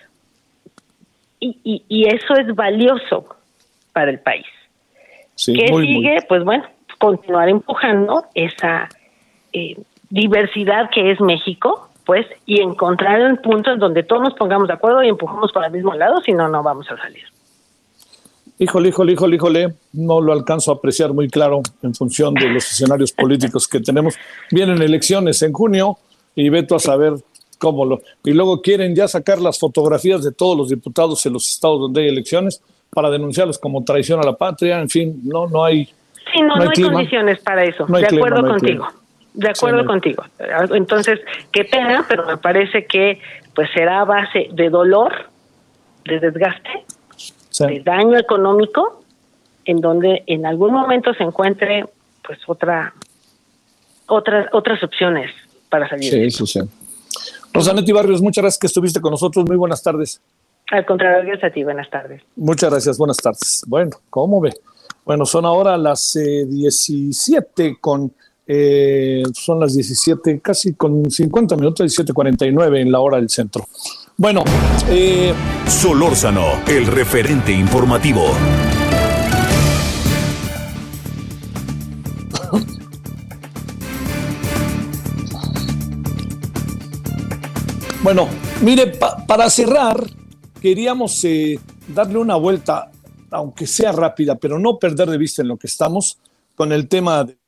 y, y, y eso es valioso para el país. Sí, ¿Qué muy, sigue? Muy. Pues bueno, continuar empujando esa eh, diversidad que es México, pues, y encontrar un punto en donde todos nos pongamos de acuerdo y empujamos para el mismo lado, si no, no vamos a salir. Híjole, híjole, híjole, híjole, no lo alcanzo a apreciar muy claro en función de los escenarios políticos que tenemos. Vienen elecciones en junio y veto a saber cómo lo... Y luego quieren ya sacar las fotografías de todos los diputados en los estados donde hay elecciones para denunciarlos como traición a la patria, en fin, no, no hay... Sí, no, no hay, no hay condiciones para eso, no de clima, acuerdo no contigo. Clima. De acuerdo sí, contigo. Entonces, qué pena, pero me parece que pues será a base de dolor, de desgaste, sí. de daño económico, en donde en algún momento se encuentre pues otra otras otras opciones para salir. Sí, sí, sí. Rosanetti Barrios, muchas gracias que estuviste con nosotros. Muy buenas tardes. Al contrario, gracias a ti. Buenas tardes. Muchas gracias. Buenas tardes. Bueno, ¿cómo ve? Bueno, son ahora las eh, diecisiete con... Eh, son las diecisiete, casi con cincuenta minutos, diecisiete cuarenta y nueve en la hora del centro. Bueno. Eh... Solórzano, el referente informativo. Bueno, mire, pa para cerrar, queríamos eh, darle una vuelta, aunque sea rápida, pero no perder de vista en lo que estamos, con el tema de...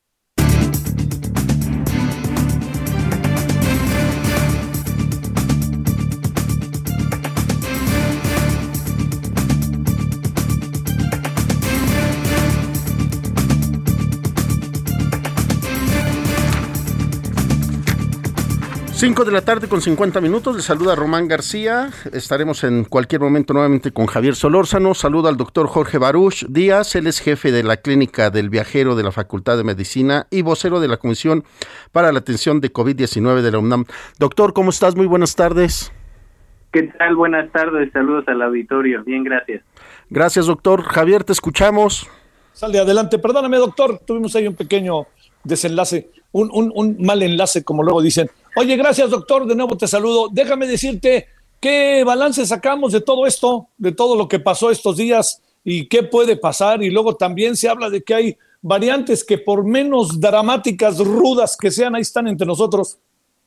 cinco de la tarde con cincuenta minutos, le saluda Román García, estaremos en cualquier momento nuevamente con Javier Solórzano. Saluda al doctor Jorge Baruch Díaz, él es jefe de la Clínica del Viajero de la Facultad de Medicina y vocero de la Comisión para la Atención de COVID diecinueve de la UNAM. Doctor, ¿cómo estás? Muy buenas tardes. ¿Qué tal? Buenas tardes, saludos al auditorio, bien, gracias. Gracias, doctor. Javier, te escuchamos. Sale adelante, perdóname, doctor, tuvimos ahí un pequeño desenlace, un, un, un mal enlace, como luego dicen. Oye, gracias, doctor, de nuevo te saludo. Déjame decirte qué balance sacamos de todo esto, de todo lo que pasó estos días y qué puede pasar. Y luego también se habla de que hay variantes que por menos dramáticas, rudas que sean, ahí están entre nosotros.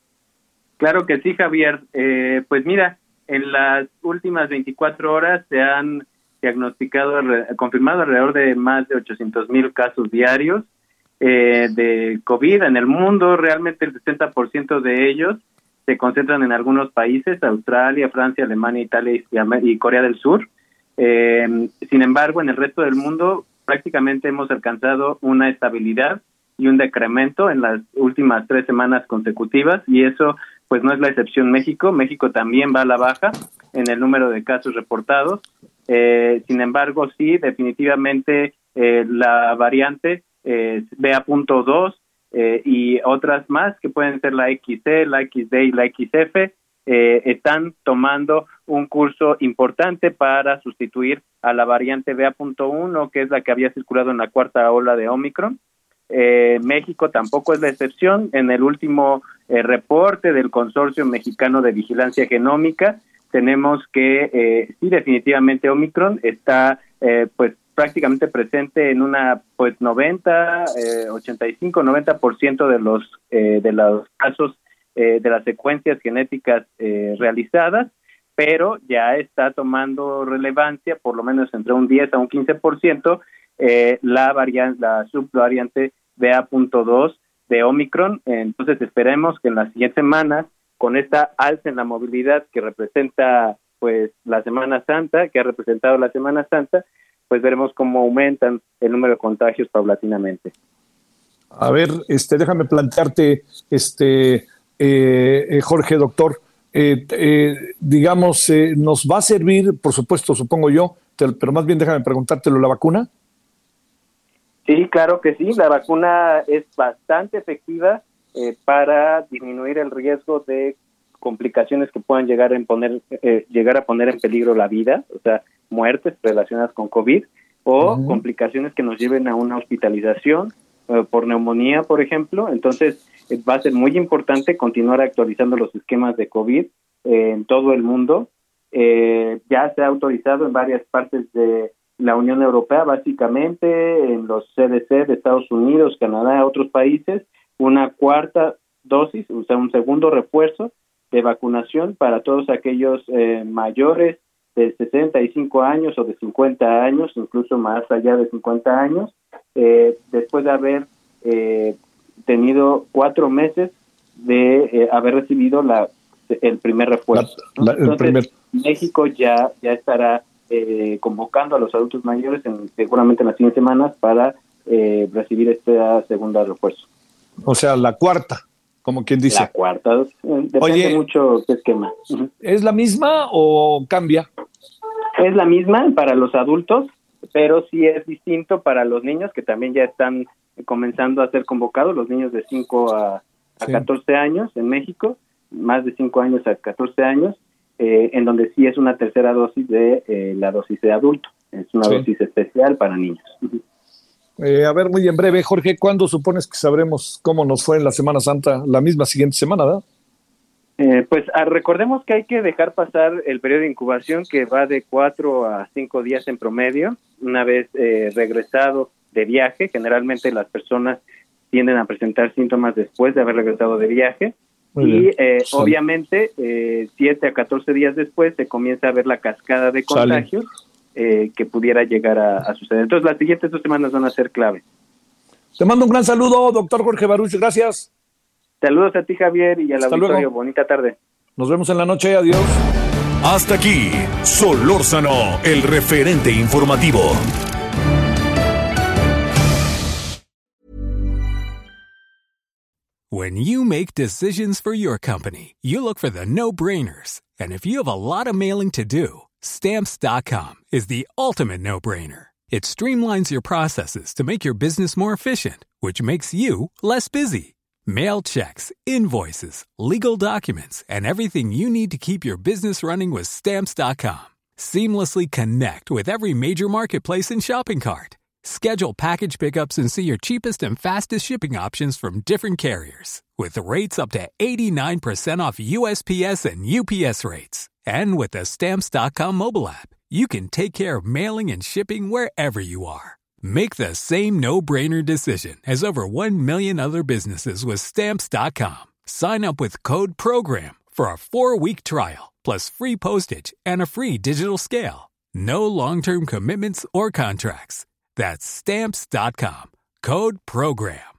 Claro que sí, Javier. Eh, pues mira, en las últimas veinticuatro horas se han diagnosticado, confirmado alrededor de más de ochocientos mil casos diarios. Eh, de COVID en el mundo. Realmente el sesenta por ciento de ellos se concentran en algunos países, Australia, Francia, Alemania, Italia y, y Corea del Sur. Eh, sin embargo, en el resto del mundo prácticamente hemos alcanzado una estabilidad y un decremento en las últimas tres semanas consecutivas, y eso pues no es la excepción México. México también va a la baja en el número de casos reportados. Eh, sin embargo, sí, definitivamente eh, la variante Eh, B A punto dos eh, y otras más que pueden ser la X E, la X D y la X F eh, están tomando un curso importante para sustituir a la variante B A punto uno, que es la que había circulado en la cuarta ola de Omicron. Eh, México tampoco es la excepción. En el último eh, reporte del Consorcio Mexicano de Vigilancia Genómica tenemos que eh, sí, definitivamente Omicron está eh, pues prácticamente presente en una pues noventa, eh, ochenta y cinco, noventa por ciento de los eh, de los casos eh, de las secuencias genéticas eh, realizadas, pero ya está tomando relevancia, por lo menos entre un diez a un quince por ciento, eh, la variante, la subvariante B A punto dos de Omicron. Entonces esperemos que en las siguientes semanas, con esta alza en la movilidad que representa pues la Semana Santa, que ha representado la Semana Santa, pues veremos cómo aumentan el número de contagios paulatinamente. A ver, este, déjame plantearte, este, eh, eh, Jorge, doctor, eh, eh, digamos, eh, ¿nos va a servir, por supuesto, supongo yo, te, pero más bien déjame preguntártelo, la vacuna? Sí, claro que sí, la vacuna es bastante efectiva eh, para disminuir el riesgo de complicaciones que puedan llegar a poner eh, llegar a poner en peligro la vida, o sea, muertes relacionadas con COVID o uh-huh. complicaciones que nos lleven a una hospitalización eh, por neumonía, por ejemplo. Entonces, eh, va a ser muy importante continuar actualizando los esquemas de COVID eh, en todo el mundo. Eh, ya se ha autorizado en varias partes de la Unión Europea, básicamente en los C D C de Estados Unidos, Canadá, otros países, una cuarta dosis, o sea, un segundo refuerzo de vacunación para todos aquellos eh, mayores de sesenta y cinco años o de cincuenta años, incluso más allá de cincuenta años, eh, después de haber eh, tenido cuatro meses de eh, haber recibido la el primer refuerzo. La, la, Entonces, primer... México ya ya estará eh, convocando a los adultos mayores en, seguramente en las siguientes semanas para eh, recibir este segundo refuerzo. O sea, la cuarta, como quien dice. La cuarta, depende Oye, mucho qué esquema. Uh-huh. ¿Es la misma o cambia? Es la misma para los adultos, pero sí es distinto para los niños que también ya están comenzando a ser convocados, los niños de cinco a, a sí. catorce años en México, más de cinco años a catorce años, eh, en donde sí es una tercera dosis de eh, la dosis de adulto, es una sí. dosis especial para niños. Eh, a ver, muy en breve, Jorge, ¿cuándo supones que sabremos cómo nos fue en la Semana Santa? La misma siguiente semana, ¿verdad? Eh, pues ah, recordemos que hay que dejar pasar el periodo de incubación, que va de cuatro a cinco días en promedio. Una vez eh, regresado de viaje, generalmente las personas tienden a presentar síntomas después de haber regresado de viaje. Muy y eh, obviamente eh, siete a catorce días después se comienza a ver la cascada de contagios eh, que pudiera llegar a, a suceder. Entonces las siguientes dos semanas van a ser clave. Te mando un gran saludo, doctor Jorge Baruch, gracias. Saludos a ti, Javier, y al Hasta auditorio. Luego. Bonita tarde. Nos vemos en la noche. Adiós. Hasta aquí, Solórzano, el referente informativo. When you make decisions for your company, you look for the no-brainers. And if you have a lot of mailing to do, Stamps dot com is the ultimate no-brainer. It streamlines your processes to make your business more efficient, which makes you less busy. Mail checks, invoices, legal documents, and everything you need to keep your business running with Stamps dot com. Seamlessly connect with every major marketplace and shopping cart. Schedule package pickups and see your cheapest and fastest shipping options from different carriers. With rates up to eighty-nine percent off U S P S and U P S rates. And with the Stamps dot com mobile app, you can take care of mailing and shipping wherever you are. Make the same no-brainer decision as over one million other businesses with Stamps dot com. Sign up with code PROGRAM for a four-week trial, plus free postage and a free digital scale. No long-term commitments or contracts. That's Stamps dot com. Code PROGRAM.